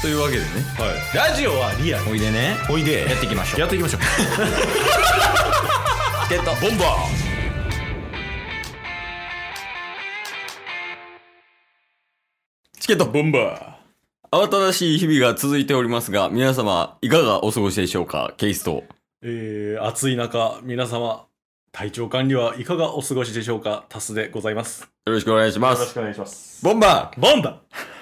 というわけでね、 はい、ラジオはリアル。 おいでね、 おいでやっていきましょう。 やっていきましょうチケットボンバー。 チケットボンバ慌ただしい日々が続いておりますが、皆様いかがお過ごしでしょうか。ケイスト。 ー。暑い中、皆様体調管理はいかがお過ごしでしょうか。タスでございます。 よろしくお願いします。 よろしくお願いします。 ボンバー。 ボンだ。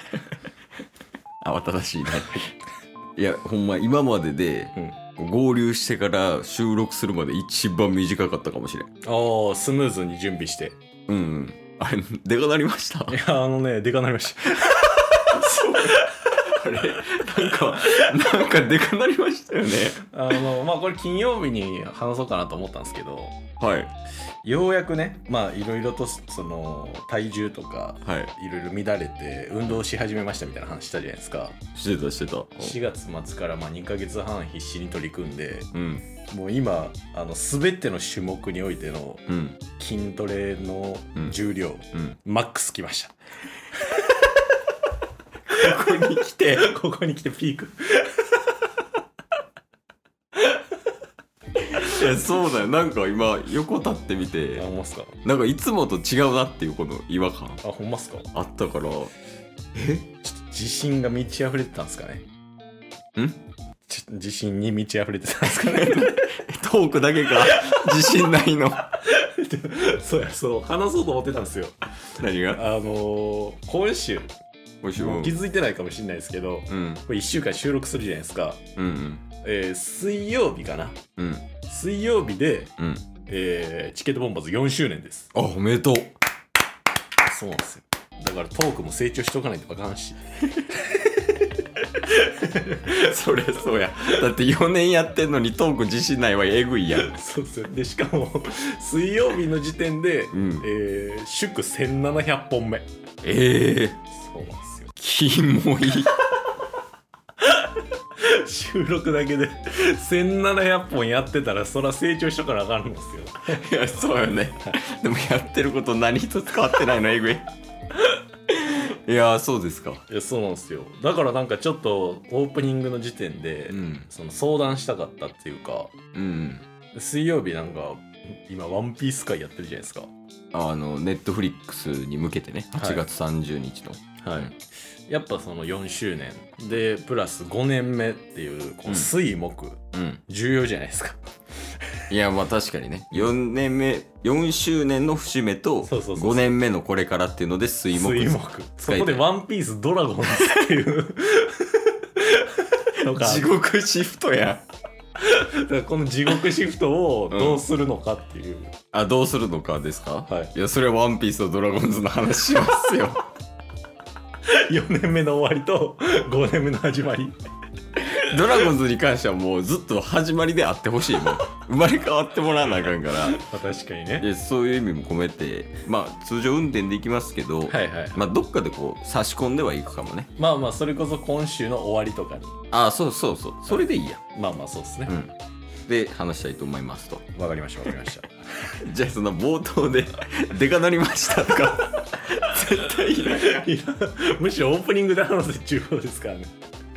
慌ただしいね。いや、ほんま今までで、合流してから収録するまで一番短かったかもしれん。 ああ、スムーズに準備して。 うん。あれ、でかなりました。 いや、でかなりました。 あれなんかでかなりましたよね。 これ金曜日に話そうかなと思ったんですけど、 はい。 ようやくね、いろいろとその体重とか、 はい。 いろいろ乱れて運動し始めましたみたいな話したじゃないですか。 してた。 4月末から2ヶ月半必死に取り組んで、 うん。 もう今全ての種目においてのうん。 筋トレの重量、マックスきました。ここに来てピーク。 いや、そうだよ。なんか今横立ってみて、 ほんまっすか。 なんかいつもと違うなっていうこの違和感ほんまっすか。 あったから、 ちょっと自信が満ち溢れてたんですかね。自信に満ち溢れてたんですかね。 トークだけか自信ないの。 そう話そうと思ってたんですよ。 何が？ 今週もしもう気づいてないかもしれないですけど、これ1週間収録するじゃないですか。水曜日かな。水曜日で、チケットボンバーズ4周年です。 あ、おめでとう。 そうなんですよ。だからトークも成長しておかないとあかんし。 そりゃそうや。だって4年やってんのにトーク自信ないはえぐいやん。 そうっすよ。でしかも水曜日の時点で、祝1700本目。そうなんですよ。 キモい。 収録だけで1700本やってたらそら成長しとかなあかんんですよ。いや、そうよね。でもやってること何一つ変わってないのえぐい。いや、そうですか。 いや、そうなんですよ。だからなんかちょっとオープニングの時点で、その相談したかったっていうか、水曜日なんか今ワンピース会やってるじゃないですか。 ネットフリックスに向けてね、8月30日の。 やっぱその4周年でプラス5年目っていうこの水木、重要じゃないですか。 いや、まあ確かにね。4周年の節目と5年目のこれからっていうので水木。 そこでワンピースドラゴンズっていうのが地獄シフトや。 だからこの地獄シフトをどうするのかっていう、 どうするのかですか。いや、それはワンピースとドラゴンズの話しますよ。 4年目の終わりと5年目の始まり。 ドラゴンズに関してはもうずっと始まりであってほしいもん。生まれ変わってもらわなあかんから。 確かにね。 で、そういう意味も込めて、通常運転でいきますけど、どっかでこう差し込んではいくかもね。 それこそ今週の終わりとかに。 そう。それでいいや。 そうですね。 で、話したいと思いますと。 わかりました。 じゃあその冒頭ででかなりましたとか絶対いらない。 むしろオープニングで話せっていうことですからね。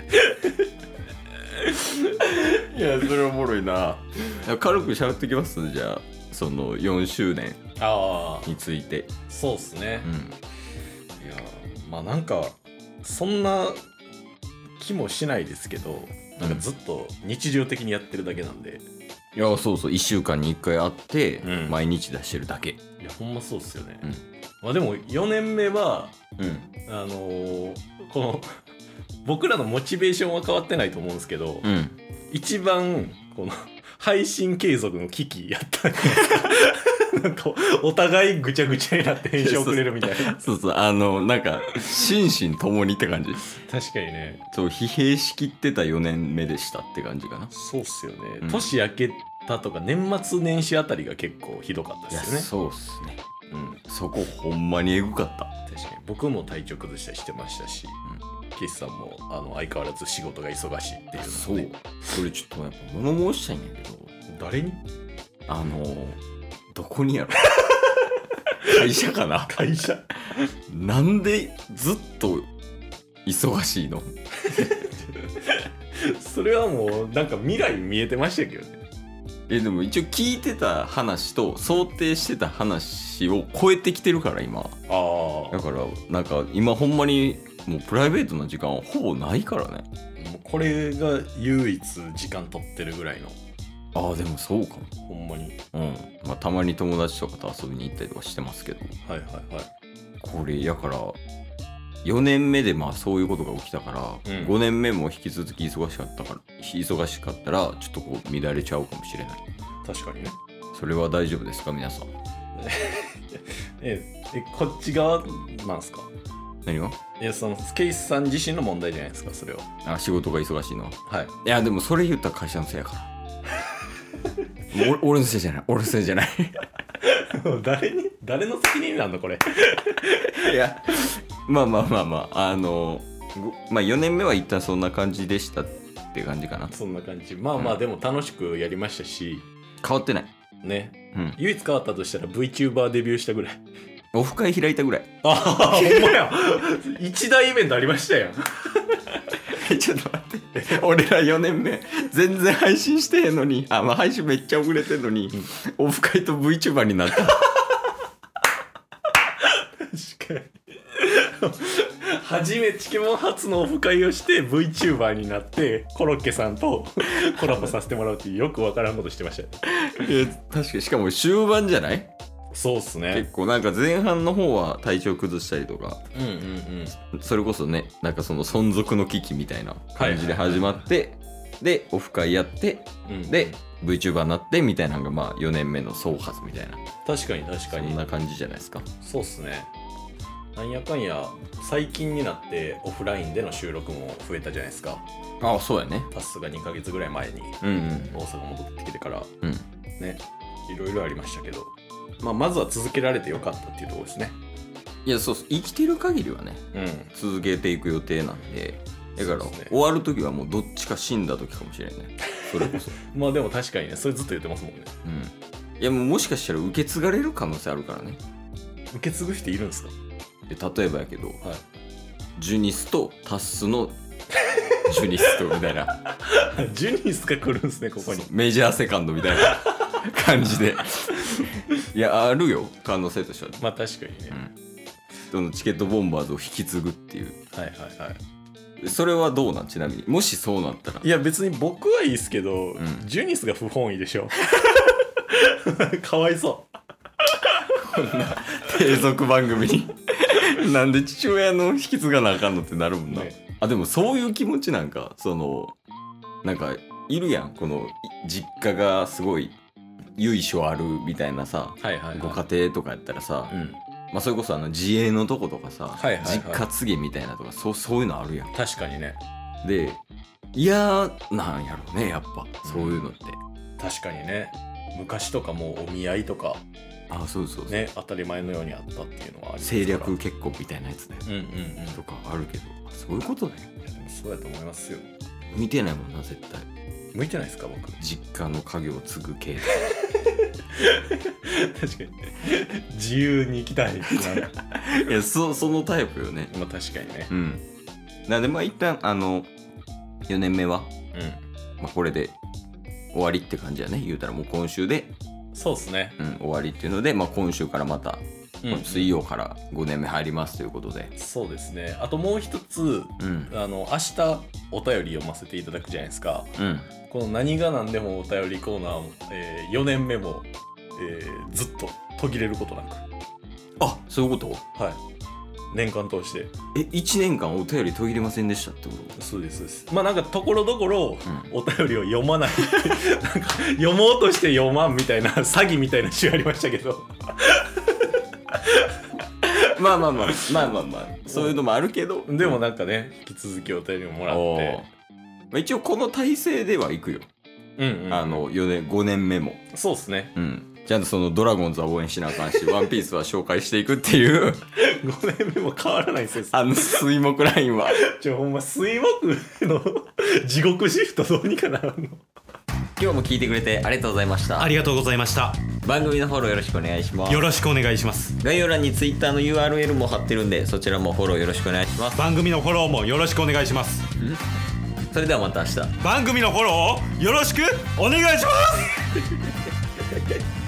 いや、それおもろいな。軽く喋ってきます。じゃあその4周年について。 そうっすね。いや、なんかそんな気もしないですけど、なんかずっと日常的にやってるだけなんで。 いや、そう1週間に1回会って、毎日出してるだけ。いや、ほんまそうっすよね。でも4年目は、この僕らのモチベーションは変わってないと思うんですけど、一番この配信継続の危機やったんですか。なんかお互いぐちゃぐちゃになって編集遅れるみたいな。 なんか心身ともにって感じ。 確かにね。 そう、疲弊しきってた4年目でしたって感じかな。 そうっすよね。年明けたとか年末年始あたりが結構ひどかったですよね。 そうっすね。そこほんまにエグかった。 確かに僕も体調崩したりしてましたし、岸さんも相変わらず仕事が忙しいっていうのね。 それちょっとやっぱ物申したいんやけど。 誰に？ どこにやろ。会社かな。 会社。 なんでずっと忙しいの。 それはもうなんか未来見えてましたけどね。 でも一応聞いてた話と想定してた話を超えてきてるから今。だからなんか今ほんまにもうプライベートな時間はほぼないからね。 もうこれが唯一時間取ってるぐらいの。 でもそうかも。 ほんまに。 まあたまに友達とかと遊びに行ったりとかしてますけど。 はいはいはい。 これやから4年目でまあそういうことが起きたから、5年目も引き続き忙しかったらちょっとこう乱れちゃうかもしれない。 確かにね。 それは大丈夫ですか皆さん。 こっち側なんすか？ 何が？ そのケイスさん自身の問題じゃないですか、それは。仕事が忙しいのは。 はい。 いやでもそれ言ったら会社のせいやから。俺のせいじゃない。 誰の責任なんだこれ。 いやまあ4年目は一旦そんな感じでしたって感じかな。 そんな感じ。まあでも楽しくやりましたし、 変わってないね。唯一変わったとしたら VTuber デビューしたぐらい。 オフ会開いたぐらい。 ほんまや。一大イベントありましたよ。 ちょっと待って、俺ら4年目全然配信してへんのに、配信めっちゃ遅れてんのに、オフ会と VTuber になった。確かに。チケモン初のオフ会をして VTuber になってコロッケさんとコラボさせてもらうっていうよくわからんことしてましたね。 いや確かに、しかも終盤じゃない？ そうっすね。 結構なんか前半の方は体調崩したりとか、それこそね、なんかその存続の危機みたいな感じで始まって、でオフ会やって、で VTuber になってみたいなのがまあ4年目の総括みたいな。 確かにそんな感じじゃないですか。 そうっすね。なんやかんや最近になってオフラインでの収録も増えたじゃないですか。 そうやね。 タスが2ヶ月ぐらい前に大阪戻ってきてから、ね、いろいろありましたけど、まずは続けられてよかったっていうところですね。 いやそう、生きてる限りはね、続けていく予定なんで、だから、終わる時はもうどっちか死んだ時かもしれないね。それこそ。 でも確かにね、それずっと言ってますもんね。 いやもしかしたら受け継がれる可能性あるからね。 受け継ぐ人いるんですか？ 例えばやけど、ジュニスとタッスのジュニスとみたいな。 ジュニスが来るんですね、ここに。 メジャーセカンドみたいな感じで。いや、あるよ、可能性としては。 確かにね。 そのチケットボンバーズを引き継ぐっていう。 はい。 それはどうなん？ちなみにもしそうなったら。 いや別に僕はいいですけど、ジュニスが不本意でしょ。かわいそう。 こんな低俗番組になんで父親の引き継がなあかんのってなるもんな、でもそういう気持ちなんか、そのなんかいるやん、この実家がすごい由緒あるみたいなさ、ご家庭とかやったらさ、それこそ自営のとことかさ、実家継げみたいなとか、そういうのあるやん。 確かにね。 で嫌なんやろね、やっぱそういうのって。 確かにね。昔とかもうお見合いとかそうね、 当たり前のようにあったっていうのはあります。 政略結婚みたいなやつね、とかあるけど、そういうことね。 いやでもそうやと思いますよ。 向いてないもんな、絶対。 向いてないですか？僕実家の家業を継ぐ系。 確かに自由に生きたい。いやそのタイプよね。 確かにね。 なんで一旦4年目は、これで終わりって感じやね。言うたらもう今週で。 そうですね。 終わりっていうので、今週からまた、水曜から5年目入りますということで。 そうですね。あともう一つ、明日お便り読ませていただくじゃないですか。この何が何でもお便りコーナー、4年目も、ずっと途切れることなく。 そういうこと？ はい。年間通して。 1年間お便り途切れませんでしたってこと？ そうです、そうです。なんかところどころお便りを読まない。なんか読もうとして読まんみたいな詐欺みたいな週ありましたけど。 まあそういうのもあるけど、 でもなんかね、引き続きお便りをもらって、 一応この体制ではいくよ。5年目も。 そうですね。 ちゃんとそのドラゴンズは応援しなあかんし、ワンピースは紹介していくっていう。 5年目も変わらないですよ。 水木ラインは。 ほんま水木の地獄シフトどうにかなるの。 今日も聞いてくれてありがとうございました。 ありがとうございました。 番組のフォローよろしくお願いします。 よろしくお願いします。 概要欄に Twitter の URL も貼ってるんで、そちらもフォローよろしくお願いします。 番組のフォローもよろしくお願いします。 それではまた明日。 番組のフォローをよろしくお願いします